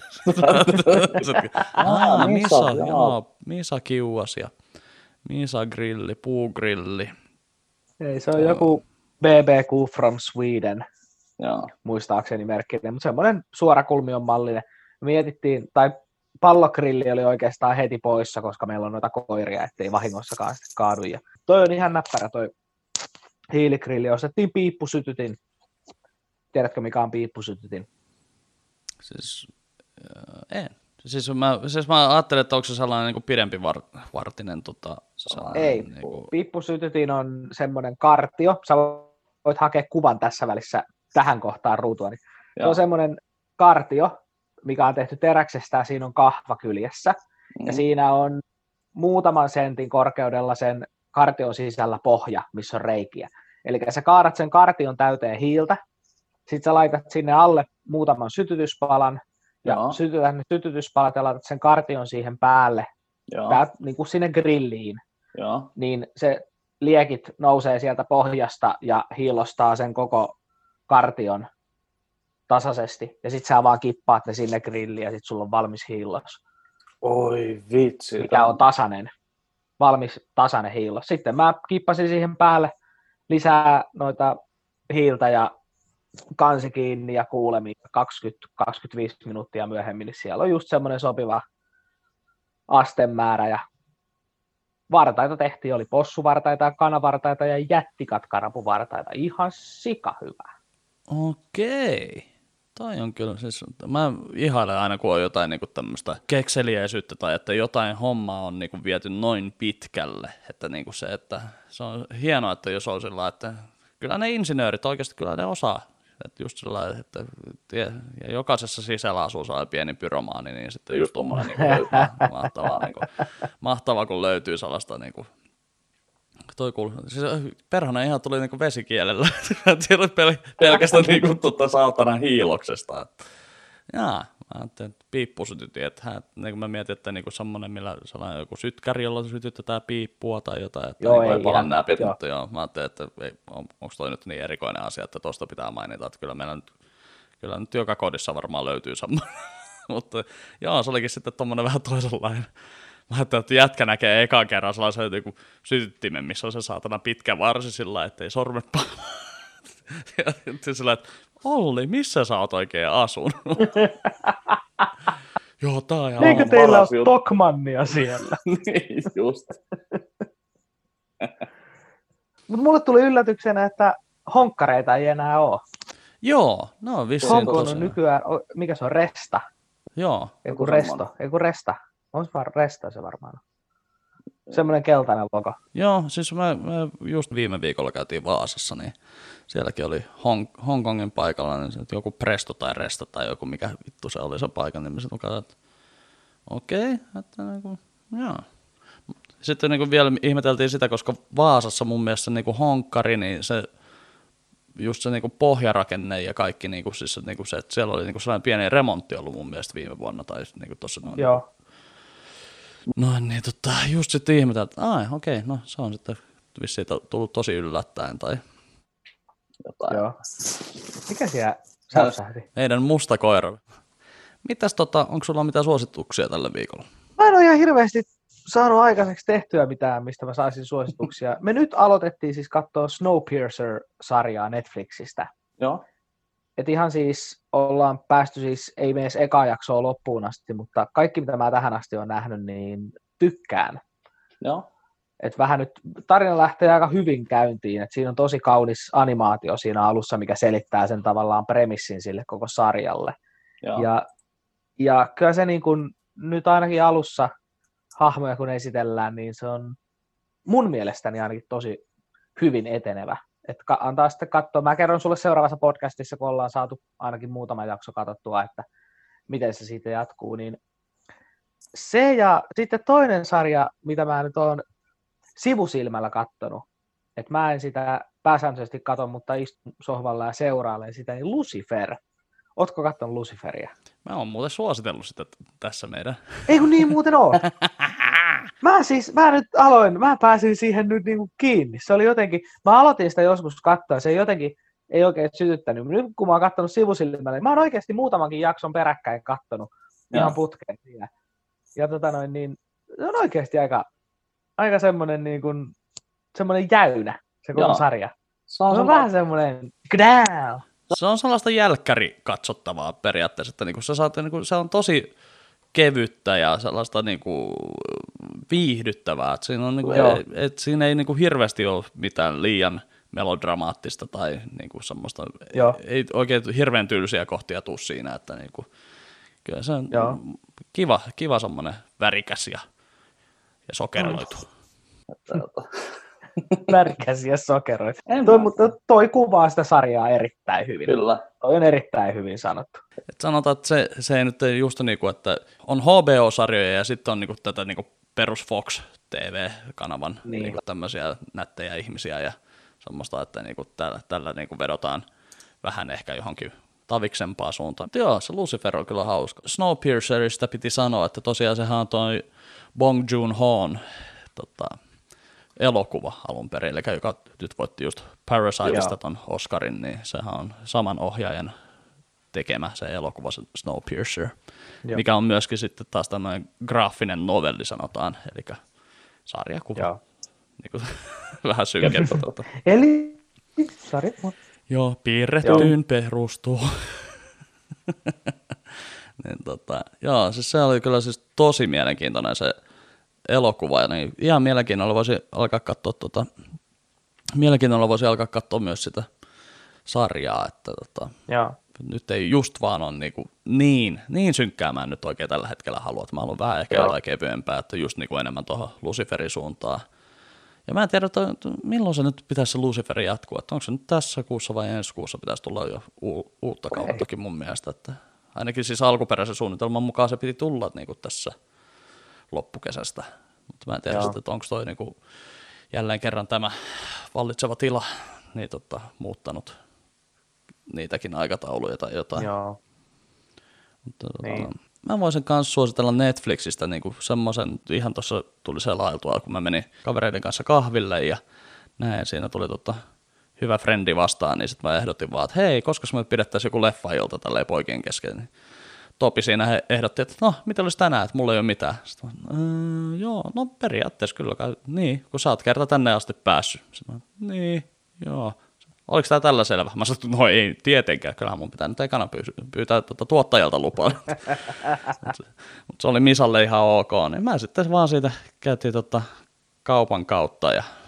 Misa kiuas ja Misa-grilli, puugrilli. Ei, se on joku BBQ from Sweden. Joo. Muistaakseni merkkinen, mutta semmoinen suorakulmion mallinen. Mietittiin, tai pallogrilli oli oikeastaan heti poissa, koska meillä on noita koiria, ettei vahingossakaan sitten kaadu. Ja toi on ihan näppärä toi hiiligrilli. Ostettiin piippusytytin. Tiedätkö mikä on piippusytytin? Siis, en. Siis mä ajattelin, että onko se sellainen niin pidempi vartinen. Ei, piippusytytin on semmoinen kartio. Sä voit hakea kuvan tässä välissä tähän kohtaan ruutua. Niin se on semmoinen kartio, mikä on tehty teräksestä ja siinä on kahva kyljessä. Ja siinä on muutaman sentin korkeudella sen kartion sisällä pohja, missä on reikiä. Eli sä kaadat sen kartion täyteen hiiltä, sitten sä laitat sinne alle muutaman sytytyspalan, ja sytytät ne sytytyspalat ja laitat sen kartion siihen päälle, niin kuin sinne grilliin. Niin se liekit nousee sieltä pohjasta ja hiilostaa sen koko kartion tasaisesti. Ja sitten sä vaan kippaat ne sinne grilliin ja sitten sulla on valmis hiillos. Oi vitsi. Mikä on valmis tasainen hiillos. Sitten mä kippasin siihen päälle lisää noita hiiltä ja kansi kiinni ja kuulemiin 20-25 minuuttia myöhemmin. Niin siellä on just semmoinen sopiva astemäärä ja vartaita tehtiin, oli possuvartaita ja kanavartaita ja jättikatkarapuvartaita. Ihan sika hyvä. Okei. Toi on kyllä, siis mä ihailen aina, kun on jotain niin tämmöistä kekseliäisyyttä tai että jotain hommaa on niin kuin viety noin pitkälle, että, niin kuin se, että se on hienoa, että jos on sillä, että kyllä ne insinöörit oikeasti kyllä ne osaa, että just sillä, että ja jokaisessa sisällä asuu sellainen pieni pyromaani, niin sitten just tuommoinen niin mahtavaa, kun löytyy sellaista niin kuin, siis perhonen ihan tuli niinku vesikielellä. Siellä oli pelkästään niinku saatana hiiloksesta. Jaa, mä ajattelin, että piippusytytin, että niin mä mietin, että niinku semmoinen, millä sellainen joku sytkäri, jolla sytytetään piippua tai jotain, että joo, ei pala näpit, mutta joo, mä ajattelin, että onko toi nyt niin erikoinen asia, että tosta pitää mainita, että kyllä nyt joka kodissa varmaan löytyy semmoinen. Mutta joo, se olikin sitten tommonen vähän toisenlainen. Mä ajattelin, että jätkä näkee ekan kerran sellaisen joku sytyttimen, missä on se saatana pitkä varsi sillä, ettei sormet palaa. Ja sitten sillä, että Olli, missä sä oot oikein asunut? Joo, tää on ihan... Eikö teillä ole Stockmannia siellä? Niin, just. Mutta mulle tuli yllätyksenä, että honkkareita ei enää ole. Joo, no vissiin Hong Kong on tosiaan. nykyään, mikä se on, Resta? Joo, Joku Resta. On se vaan Resta se varmaan. Semmoinen keltainen logo. joo, siis me just viime viikolla käytiin Vaasassa, niin sielläkin oli Hongkongin paikalla, niin se, joku Presto tai Resta tai joku, mikä vittu se oli se paikan nimi. Sitten katsoin, että okei, että niinku, joo. Sitten niinku vielä ihmeteltiin sitä, koska Vaasassa mun mielestä niinku honkkari, niin se just se niinku pohjarakenne ja kaikki, niinku, siis niinku se, että siellä oli niinku sellainen pieni remontti ollut mun mielestä viime vuonna. Tai niinku tossa noin. Joo. No niin, just sitten ihmetellä, että okei, no se on sitten vissiin tullut tosi yllättäen tai Jotain. Joo. Mikä siellä säpsähti? meidän musta koira. Mitäs onko sulla mitään suosituksia tällä viikolla? Mä en ole ihan hirveästi saanut aikaiseksi tehtyä mitään, mistä mä saisin suosituksia. Me nyt aloitettiin siis katsoa Snowpiercer-sarjaa Netflixistä. Joo. Et ihan siis ollaan päästy siis, ei mene edes eka jaksoa loppuun asti, mutta kaikki mitä mä tähän asti olen nähnyt, niin tykkään. Joo. Et vähän nyt tarina lähtee aika hyvin käyntiin, että siinä on tosi kaunis animaatio siinä alussa, mikä selittää sen tavallaan premissin sille koko sarjalle. Joo. Ja kyllä se niin kun, nyt ainakin alussa hahmoja kun esitellään, niin se on mun mielestäni ainakin tosi hyvin etenevä. Et antaa sitten katsoa. Mä kerron sulle seuraavassa podcastissa, kun ollaan saatu ainakin muutama jakso katsottua, että miten se siitä jatkuu. Niin se ja sitten toinen sarja, mitä mä nyt oon sivusilmällä kattonut, että mä en sitä pääsääntöisesti katso, mutta istun sohvalla ja seurailen sitä, niin Lucifer. Ootko kattonut Luciferia? Mä oon muuten suositellut sitä tässä meidän. Ei kun niin muuten oo. Mä pääsin siihen nyt niinku kiinni. Se oli jotenkin, mä aloitin sitä joskus katsoa, se jotenkin ei oikein sytyttänyt. Nyt kun mä oon katsonut sivusilmällä, niin mä oon oikeasti muutamankin jakson peräkkäin kattonut ihan putkeen siinä. Ja niin se on oikeasti aika semmoinen niin kuin, semmoinen jäynä, se koko sarja. Se on vähän semmoinen knääl. Se on sellaista jälkkäri katsottavaa periaatteessa, että niinku niinku, se on tosi kevyttä ja sellaista niinku viihdyttävää. Et siinä, on, niinku, siinä ei niinku hirveästi ole mitään liian melodramaattista tai niinku semmoista, ei oikein hirveän tylsiä kohtia tule siinä, että niinku, kyllä se on kiva semmoinen värikäs ja sokeroitu. Värikäs ja sokeroitu. Mutta toi kuvaa sitä sarjaa erittäin hyvin. Kyllä. Toi on erittäin hyvin sanottu. Et sanotaan, että se ei nyt just niinku, että on HBO-sarjoja ja sitten on niinku tätä niinku perus Fox TV-kanavan niinku tämmöisiä nättejä ihmisiä ja semmoista, että niinku tällä niinku vedotaan vähän ehkä johonkin taviksempaa suuntaan. Joo, se Lucifer on kyllä hauska. Snowpiercerista piti sanoa, että tosiaan sehän on toi Bong Joon-hoon elokuva alun perin, eli joka nyt voitti just Parasiteista ton Oscarin, niin sehän on saman ohjaajan tekemä se elokuva, se Snowpiercer, mikä on myöskin sitten taas tämmöinen graafinen novelli sanotaan, eli sarjakuva. Niin kuin, vähän synkempä. Eli sarjakuva. Joo, piirrettyyn perustuu. Niin, joo, siis se oli kyllä siis tosi mielenkiintoinen se elokuva, ja niin ihan mielenkiinnolla voisi alkaa katsoa myös sitä sarjaa, että nyt ei just vaan ole niin synkkää mä en nyt oikein tällä hetkellä halua, että mä haluan vähän ehkä jotain kevyempää, että just niin kuin enemmän tuohon Luciferin suuntaan. Ja mä en tiedä, että milloin se nyt pitäisi se Lucifer jatkua, että onko se nyt tässä kuussa vai ensi kuussa pitäisi tulla jo uutta kauttakin mun mielestä, että ainakin siis alkuperäisen suunnitelman mukaan se piti tulla niin kuin tässä loppukesästä, mutta mä en tiedä sitten, että onko toi niin kuin jälleen kerran tämä vallitseva tila niin muuttanut niitäkin aikatauluja tai jotain. Joo. Mutta, mä voisin myös suositella Netflixistä niin kuin semmoisen, ihan tuossa tuli selailtua, kun mä menin kavereiden kanssa kahville ja näin, siinä tuli hyvä frendi vastaan, niin sitten mä ehdotin vaan, että hei, koska me pidettäisiin joku leffailta tälleen poikien kesken, niin Topi siinä ehdotti, että no, mitä olisi tänään, että mulla ei ole mitään. Sitten joo, no periaatteessa kyllä, niin, kun sä oot kerta tänne asti päässyt. Sitten niin, joo. Oliko tämä tällä selvä? Mä sanoin, että no ei tietenkään, kyllähän mun pitää nyt ekana pyytää tuottajalta lupaa. Mutta se oli Misalle ihan ok, niin mä sitten vaan siitä käytiin kaupan kautta ja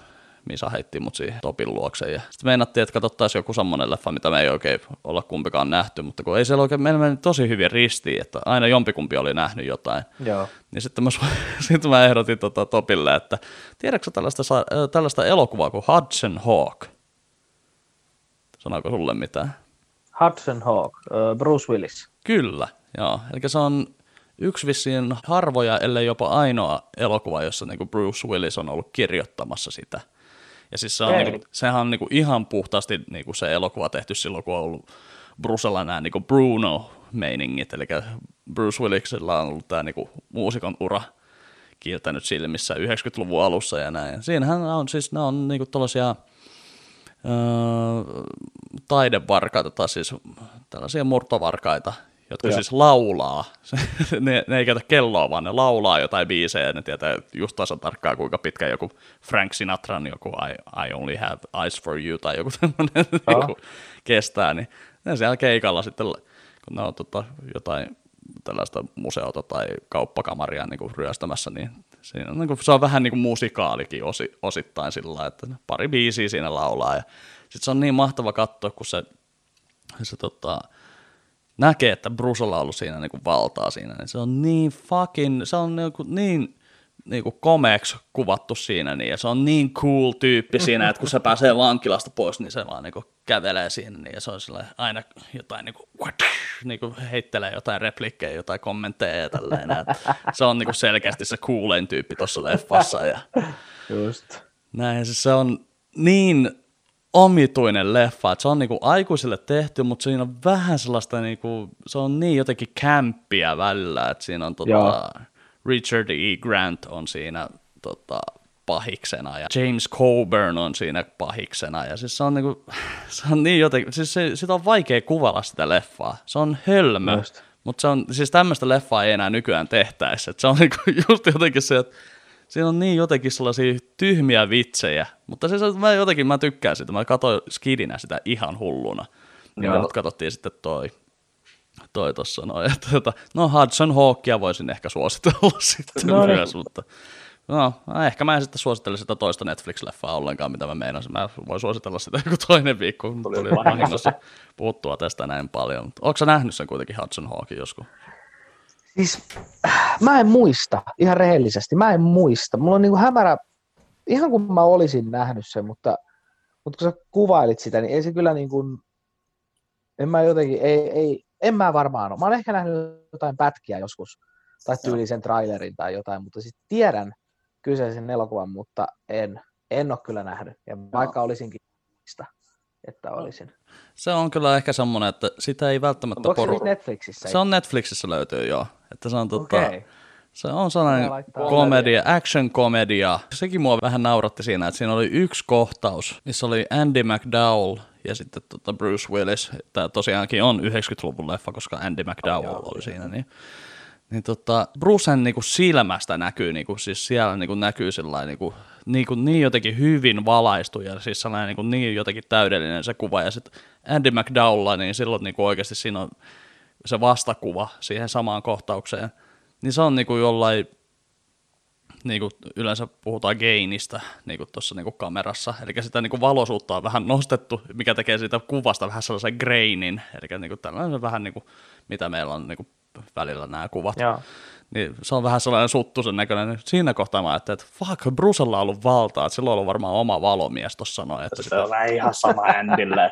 Misa heitti mut siihen Topin luokse. Ja sitten meinattiin, että katsottaisiin joku semmoinen leffa, mitä me ei oikein olla kumpikaan nähty, mutta kun ei siellä oikein, meillä meni tosi hyvin ristiin, että aina jompikumpi oli nähnyt jotain. Joo. Niin sitten mä ehdotin Topille, että tiedätkö tällaista elokuvaa kuin Hudson Hawk? Sanoiko sulle mitään? Hudson Hawk, Bruce Willis. Kyllä, joo. Eli se on yksi vissiin harvoja, ellei jopa ainoa elokuva, jossa niinku Bruce Willis on ollut kirjoittamassa sitä. Ja siis sehän on niinku ihan puhtaasti niinku se elokuva tehty silloin, kun on ollut Brucella nämä niinku Bruno-meiningit. Eli Bruce Willisilla on ollut tämä niinku muusikon ura kiiltänyt silmissä 90-luvun alussa ja näin. Siinähän on siis, ne on niinku tällaisia taidevarkaita, tai siis tällaisia murtovarkaita, jotka siis laulaa. ne ei käytä kelloa, vaan ne laulaa jotain biisejä, ja ne tietää just tasan tarkkaan, kuinka pitkä joku Frank Sinatran joku I Only Have Eyes for You, tai joku tämmöinen kestää, niin ne siellä keikalla sitten, kun ne on jotain tällaista museota tai kauppakamaria niin kuin ryöstämässä, niin siinä on, niin kuin, se on vähän niin kuin musikaalikin osittain sillä lailla, että pari biisiä siinä laulaa, ja sitten se on niin mahtava katsoa, kun se näkee, että Brucella on ollut siinä niin kuin valtaa siinä, niin se on niin se on niin kuin komeaksi kuvattu siinä, niin, ja se on niin cool tyyppi siinä, että kun se pääsee vankilasta pois, niin se vaan niin kuin kävelee siinä, niin, ja se on aina jotain niin kuin heittelee jotain replikkejä, jotain kommentteja ja tälleen, että se on niin kuin selkeästi se coolein tyyppi tuossa leffassa, ja just. Näin, siis se on niin omituinen leffa, että se on niinku aikuisille tehty, mutta siinä on vähän sellaista, niinku, se on niin jotenkin kämppiä välillä, että siinä on Richard E. Grant on siinä pahiksena ja James Coburn on siinä pahiksena, ja siis se on, niinku, se on niin jotenkin, siis sitä on vaikea kuvailla sitä leffaa, se on hölmö, mutta se on, siis tämmöistä leffaa ei enää nykyään tehtäisi, että se on niinku just jotenkin se, että siinä on niin jotenkin sellaisia tyhmiä vitsejä, mutta siis mä tykkään sitä. Mä katsoin skidinä sitä ihan hulluna. Niin me katsottiin sitten toi tossa noin. No Hudson Hawkia voisin ehkä suositella sitten myös, mutta no, ehkä mä en sitten suosittele sitä toista Netflix-leffaa ollenkaan, mitä mä meinasin. Mä voin suositella sitä joku toinen viikko, kun tuli vahingossa puhuttua tästä näin paljon. Mutta ootko sä nähnyt sen kuitenkin Hudson Hawkin joskus? Siis mä en muista, ihan rehellisesti, mä en muista. Mulla on niinku hämärä, ihan kun mä olisin nähnyt sen, mutta kun sä kuvailit sitä, niin ei se kyllä niin kuin, en mä varmaan ole. Mä olen ehkä nähnyt jotain pätkiä joskus, tai tyylisen trailerin tai jotain, mutta siis tiedän kyseisen elokuvan, mutta en ole kyllä nähnyt. Ja vaikka olisinkin että olisin. Se on kyllä ehkä semmoinen, että sitä ei välttämättä onko se Netflixissä? Se on Netflixissä löytyy, joo. Että se on okay. Se on sellainen komedia, action-komedia. Sekin mua vähän nauratti siinä, että siinä oli yksi kohtaus, missä oli Andy McDowell ja sitten Bruce Willis. Tämä tosiaankin on 90-luvun leffa, koska Andy McDowell oli siinä. Niin Brucen niinku silmästä näkyy, niinku, siis siellä niinku näkyy sellainen niin jotenkin hyvin valaistu ja siis sellainen niin jotenkin täydellinen se kuva. Ja sitten Andy McDowell, niin silloin niinku oikeasti siinä on se vastakuva siihen samaan kohtaukseen. Niin se on niinku jollain, niinku yleensä puhutaan gainista niinku tuossa niinku kamerassa, eli sitä niinku valoisuutta on vähän nostettu, mikä tekee siitä kuvasta vähän sellaisen grainin, eli niinku tällainen vähän niinku, mitä meillä on niinku välillä nämä kuvat. Joo. Niin se on vähän sellainen suttusen näköinen. Niin siinä kohtaa mä ajattelin, että fuck, Brucella on ollut valtaa, että sillä on ollut varmaan oma valomies tuossa noin. Että se on vähän ihan sama Andylle.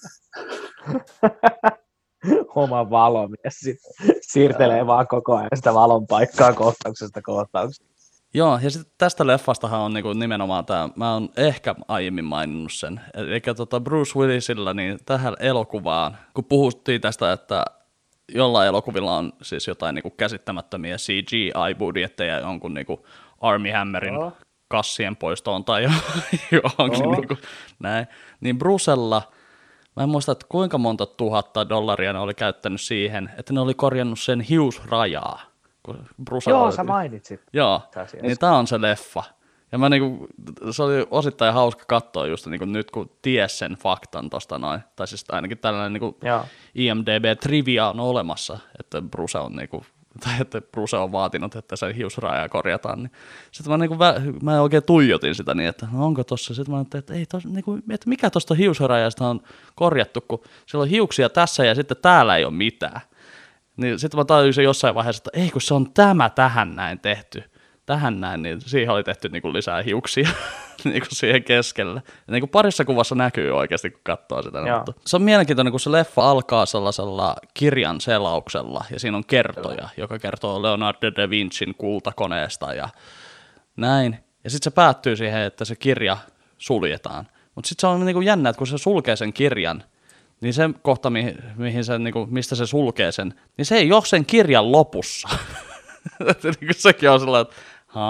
Oma valomies siirtelee vaan koko ajan sitä valon paikkaa kohtauksesta kohtauksesta. Joo, ja sitten tästä leffastahan on niinku nimenomaan tämä, mä oon ehkä aiemmin maininnut sen, eli Bruce Willisillä niin tähän elokuvaan, kun puhuttiin tästä, että jollain elokuvilla on siis jotain niinku käsittämättömiä CGI-budjetteja jonkun niinku Armie Hammerin kassien poistoon tai johonkin niinku näin, niin Brucella, mä en muista, että kuinka monta $1,000 ne oli käyttänyt siihen, että ne oli korjannut sen hiusrajaa. Joo, sä mainitsit. Joo, niin tää on se leffa. Ja mä niinku, se oli osittain hauska katsoa just niinku nyt, kun ties sen faktan tosta noin. Tai siis ainakin tällainen niinku IMDb-trivia on olemassa, että Bruce on niinku tai että Bruce on vaatinut, että sen hiusraja korjataan, niin sitten mä, niinku, mä oikein tuijotin sitä niin, että no onko tossa, sitten mä ajattelin, että, ei tos, niinku, että mikä tosta hiusrajasta on korjattu, kun siellä on hiuksia tässä ja sitten täällä ei ole mitään. Niin sitten mä tajusin jossain vaiheessa, että ei kun se on tämä tähän näin tehty. Tähän näin, niin siihen oli tehty niinku lisää hiuksia niinku siihen keskelle. Ja niinku parissa kuvassa näkyy oikeasti, kun katsoo sitä. Mutta se on mielenkiintoinen, kun se leffa alkaa sellaisella kirjan selauksella, ja siinä on kertoja, joka kertoo Leonardo da Vincin kultakoneesta ja näin. Ja sitten se päättyy siihen, että se kirja suljetaan. Mutta sitten se on niinku jännä, että kun se sulkee sen kirjan, niin se kohta, mihin se, niinku, mistä se sulkee sen, niin se ei ole sen kirjan lopussa. Sekin on sellainen, että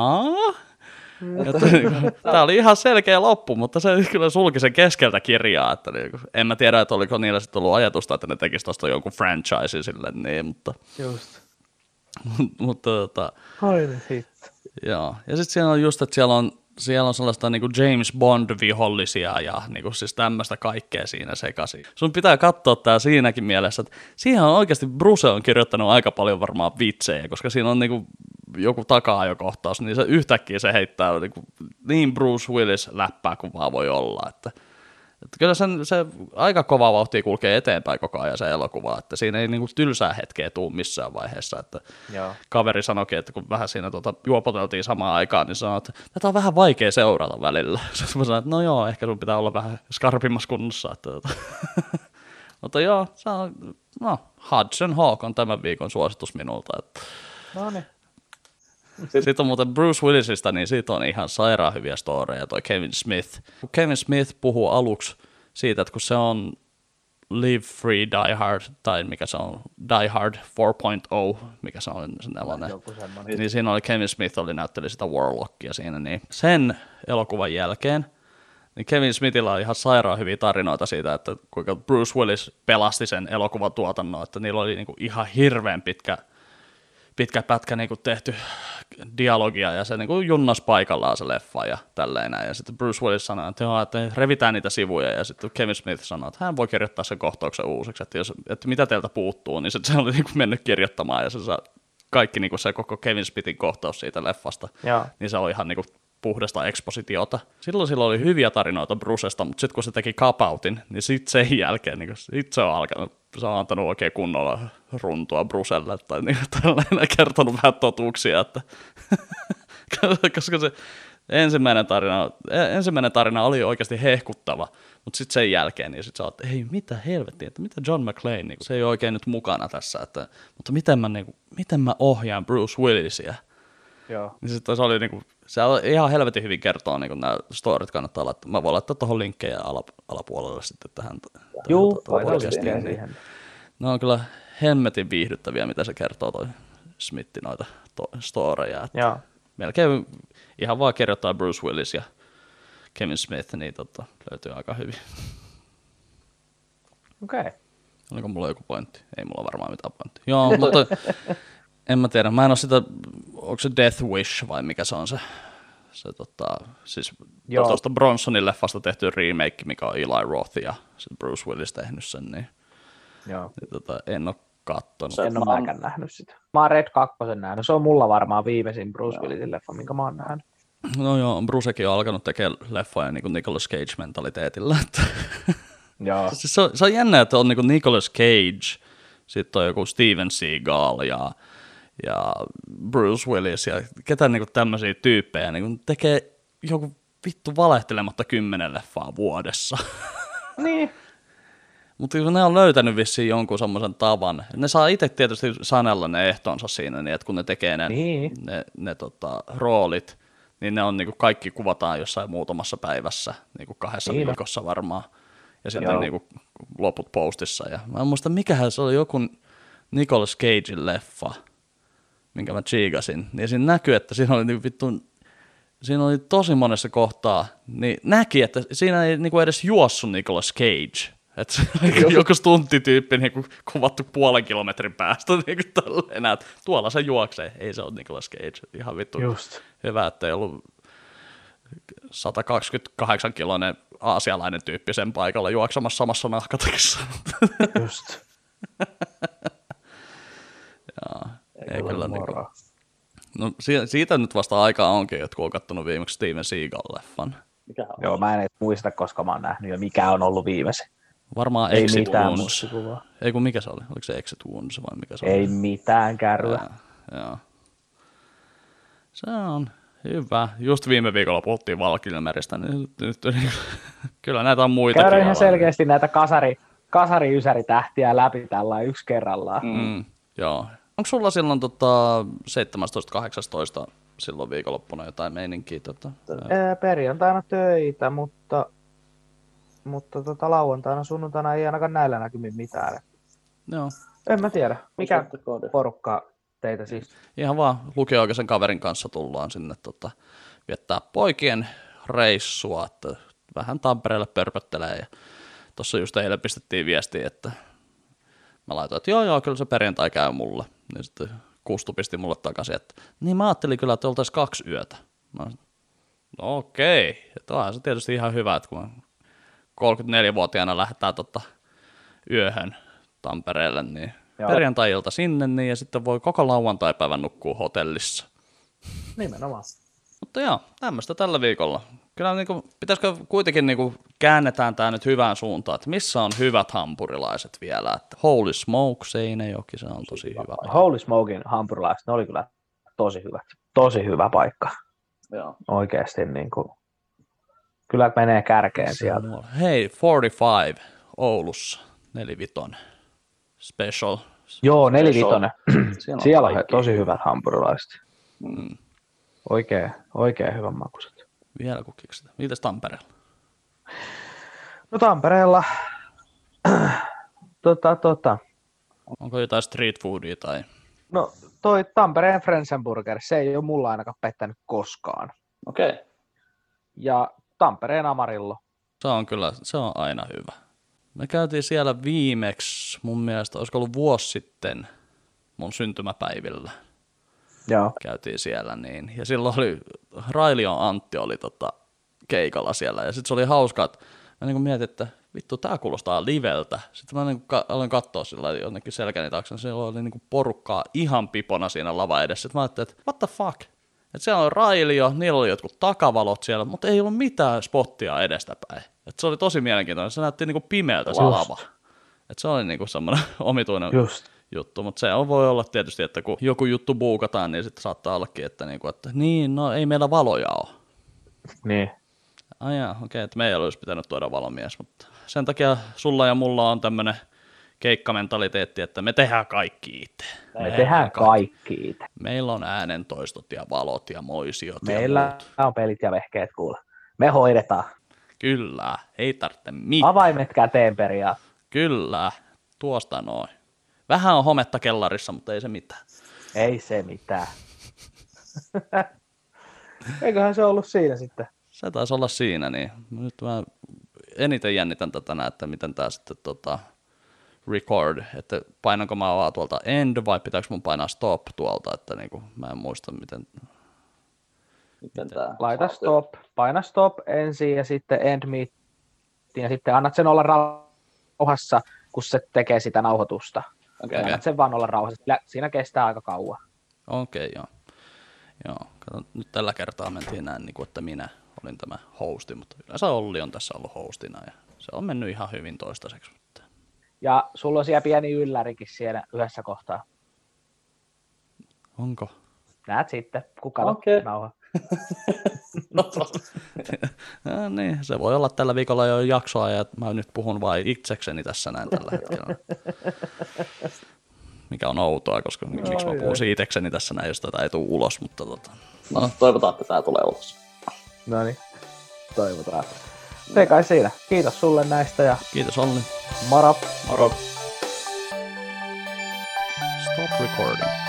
tämä oli ihan selkeä loppu, mutta se kyllä sulki sen keskeltä kirjaa. Että en mä tiedä, että oliko niillä sitten ollut ajatusta, että ne tekisivät tuosta jonkun franchise sille, niin, mutta... Just. mutta Holy shit. Joo, ja sitten siellä on just, että siellä on sellaista niin kuin James Bond-vihollisia ja niin kuin siis tämmöistä kaikkea siinä sekaisin. Sun pitää katsoa tää siinäkin mielessä, että siihen on oikeasti Bruce on kirjoittanut aika paljon varmaan vitsejä, koska siinä on niin kuin joku taka-ajokohtaus, niin se yhtäkkiä se heittää niin Bruce Willis läppää kuin vaan voi olla, että kyllä se aika kova vauhtia kulkee eteenpäin koko ajan se elokuva, että siinä ei niinku tylsää hetkeä tule missään vaiheessa, että kaveri sanoikin, että kun vähän siinä juopoteltiin samaan aikaan, niin sanoi, että tätä on vähän vaikea seurata välillä. Sitten mä sanoin, että no joo, ehkä sun pitää olla vähän skarpimmassa kunnossa. Mutta joo, se on, Hudson Hawk on tämän viikon suositus minulta. Että. No niin. Sitten on muuten Bruce Willisista, niin siitä on ihan sairaan hyviä storeja, toi Kevin Smith. Kevin Smith puhuu aluksi siitä, että kun se on Live Free Die Hard, tai mikä se on, Die Hard 4.0, mikä se on sellainen, niin siinä oli Kevin Smith näytteli sitä Warlockia siinä, niin sen elokuvan jälkeen, niin Kevin Smithillä on ihan sairaan hyviä tarinoita siitä, että kuinka Bruce Willis pelasti sen elokuvan tuotannon, että niillä oli niinku ihan hirveän pitkä pätkä niinku tehty dialogia, ja se niinku junnas paikallaan se leffa ja tälleen näin. Ja sitten Bruce Willis sanoi, että joo, että revitään niitä sivuja, ja sitten Kevin Smith sanoi, että hän voi kirjoittaa sen kohtauksen uusiksi, että mitä teiltä puuttuu, niin se oli niinku mennyt kirjoittamaan, ja kaikki niinku se koko Kevin Smithin kohtaus siitä leffasta, niin se oli ihan niinku puhdasta ekspositiota. Silloin oli hyviä tarinoita Brucesta, mutta sitten kun se teki Cop-Outin, niin sitten sen jälkeen niin sit se on alkanut, se on antanut oikein kunnolla runtua Brucelle, tai niin, tällainen kertonut vähän totuuksia, että koska se ensimmäinen tarina oli oikeasti hehkuttava, mutta sitten sen jälkeen niin sit sä oot, ei mitä helvettiä, että mitä John McClane, niin se ei ole oikein nyt mukana tässä, että, mutta miten mä ohjaan Bruce Willisia? Joo. Niin sitten se oli niinku, se on ihan helvetin hyvin kertoa niinku nämä storit, kannattaa laittaa. Mä voin laittaa tuohon linkkejä alapuolelle sitten tähän. Juu, podcastiin siihen. Ne on kyllä hemmetin viihdyttäviä, mitä se kertoo toi Smithi noita storeja. Melkein ihan vaan kirjoittaa Bruce Willis ja Kevin Smith, niin löytyy aika hyvin. Okei. Oliko mulla joku pointti? Ei mulla varmaan mitään pointtia. Joo, mutta en mä tiedä. Mä en ole sitä, onko se Death Wish vai mikä se on se siis tuosta Bronsonin leffasta tehty remake, mikä on Eli Roth ja Bruce Willis tehnyt sen, niin, en ole kattonut. En ole mäkään nähnyt sitä. Mä oon Red 2 nähnyt. Se on mulla varmaan viimeisin Bruce Willisin leffa, minkä mä oon nähnyt. No joo, Brucekin on alkanut tekemään leffoja niin kuin Nicolas Cage-mentaliteetillä. Joo. Siis se on jännä, että on niin kuin Nicolas Cage, sitten on joku Steven Seagal ja Bruce Willis ja ketään niinku tämmöisiä tyyppejä niinku tekee joku vittu valehtelematta 10 leffaa vuodessa. Niin. Mutta kun ne on löytänyt vissiin jonkun semmoisen tavan, ne saa itse tietysti sanella ne ehtonsa siinä, niin että kun ne tekee ne roolit, niin ne on niinku kaikki kuvataan jossain muutamassa päivässä, niinku 2 viikossa varmaan, ja sitten niinku loput postissa. Ja mä en muista, mikähän se oli joku Nicolas Cagein leffa, minkä mä tsiikasin, niin siinä näkyy, että siinä oli tosi monessa kohtaa, niin näki, että siinä ei niinku edes juossut Nicolas Cage. Että joku stunttityyppi niinku kuvattu 0,5 kilometrin päästä niinku tälleen, että tuolla se juoksee. Ei se ole Nicolas Cage. Ihan vittu hyvä, että ei ollut 128-kiloinen aasialainen tyyppi sen paikalla juoksamassa samassa nahkatakissa. Just. Ei kyllä niinku. No siitä nyt vasta aikaa onkin, että kun on kattonut viimeksi Steven Seagal-leffan. Joo, mä en muista, koska mä oon nähnyt jo mikä on ollut viimeisin. Varmaan Exit Wounds. Ei kun mikä se oli? Oliko se Exit Wounds vai mikä se oli? Ei mitään kärryä. Joo. Se on hyvä. Just viime viikolla puhuttiin Val Kilmeristä, niin nyt kyllä näitä on muitakin. Käydään ihan selkeästi näitä kasari-ysäritähtiä läpi tällä yksi kerrallaan. Joo. Onko sulla silloin 17.18. silloin viikonloppuna jotain meininkiä? Perjantaina töitä, mutta lauantaina, sunnuntaina ei ainakaan näillä näkymin mitään. Joo. En mä tiedä. Mikä porukka teitä siis? Ihan vaan lukio-oikeisen kaverin kanssa tullaan sinne viettää poikien reissua, että vähän Tampereelle pörpöttelee. Ja tuossa just eilen pistettiin viestiä, että mä laitoin, että joo, kyllä se perjantai käy mulle. Niin sitten Kustu pisti mulle takaisin, että niin mä ajattelin kyllä, että oltaisiin 2 yötä. No okei. Että onhan se tietysti ihan hyvä, että kun 34-vuotiaana lähdetään yöhön Tampereelle, niin perjantai-ilta sinne, niin ja sitten voi koko lauantai-päivän nukkua hotellissa. Nimenomaan. Mutta joo, tämmöistä tällä viikolla. Kyllä niinku, pitäisikö kuitenkin niinku, käännetään tämä nyt hyvään suuntaan, että missä on hyvät hampurilaiset vielä. Että Holy Smoke, Seinäjoki, se on tosi hyvä paikka. Holy Smokein hampurilaiset, ne oli kyllä tosi hyvät. Tosi hyvä paikka. Joo. Oikeasti niinku, kyllä menee kärkeen sieltä. Hei, 45 Oulussa, 45 special. Joo, 45. Siellä on tosi hyvät hampurilaiset. Oikein hyvän makuiset. Vielä kun keksitään. Mitäs Tampereella? No Tampereella, Onko jotain street foodia tai? No toi Tampereen Frenzenburger, se ei ole mulla ainakaan pettänyt koskaan. Okei. Ja Tampereen Amarillo. Se on aina hyvä. Me käytiin siellä viimeksi, mun mielestä, olisiko ollut vuosi sitten mun syntymäpäivillä. Joo. Käytiin siellä niin. Ja silloin oli, Railion Antti oli keikalla siellä. Ja sitten se oli hauskaa, että mä niin mietin, että vittu, tää kuulostaa liveltä. Sitten mä niin aloin katsoa sillä jonnekin selkäni taakse. Siellä oli niin porukkaa ihan pipona siinä lava edessä. Sitten mä ajattelin, että what the fuck? Että siellä on Railio, niillä oli jotkut takavalot siellä, mutta ei ollut mitään spottia edestäpäin. Että se oli tosi mielenkiintoinen. Se näytti niin pimeältä se lava. Että se oli niin semmoinen omituinen juttu, mutta se voi olla tietysti, että kun joku juttu buukataan, niin sitten saattaa ollakin, että no ei meillä valoja ole. Niin. Okei, että meillä olisi pitänyt tuoda valomies, mutta sen takia sulla ja mulla on tämmöinen keikkamentaliteetti, että me tehdään kaikki itse. Me tehdään kaikki itse. Meillä on äänentoistot ja valot ja moisiot meillä ja muut. On pelit ja vehkeet kuule. Me hoidetaan. Kyllä, ei tarvitse mitään. Avaimet käteen periaan. Kyllä, tuosta noin. Vähän on hometta kellarissa, mutta ei se mitään. Ei se mitään. Eiköhän se ollut siinä sitten. Se taisi olla siinä, niin nyt mä eniten jännitän tätä, että miten tää sitten record, että painanko mä vaan tuolta end vai pitääkö mun painaa stop tuolta, että niinku, mä en muista miten tää laita stop, paina stop ensin ja sitten end meet ja sitten annat sen olla rauhassa, kun se tekee sitä nauhoitusta. Okay. Annat sen vaan olla rauhassa, siinä kestää aika kauan. Okei, joo. Kato, nyt tällä kertaa mentiin näin, niin kuin, että minä olin tämä hosti, mutta yleensä Olli on tässä ollut hostina ja se on mennyt ihan hyvin toistaiseksi. Ja sulla on siellä pieni yllärikin siellä yhdessä kohtaa. Onko? Näet sitten, kuka nauha. No niin, se voi olla tällä viikolla jo jaksoa ja mä nyt puhun vain itsekseni tässä näin tällä hetkellä. Mikä on outoa, koska miksi mä puhun itsekseni tässä näin, jos tätä ei tule ulos, mutta No, toivotaan, että tää tulee ulos. No niin, toivotaan. Se kai siinä. Kiitos sulle näistä ja... Kiitos Olli. Moro. Stop recording.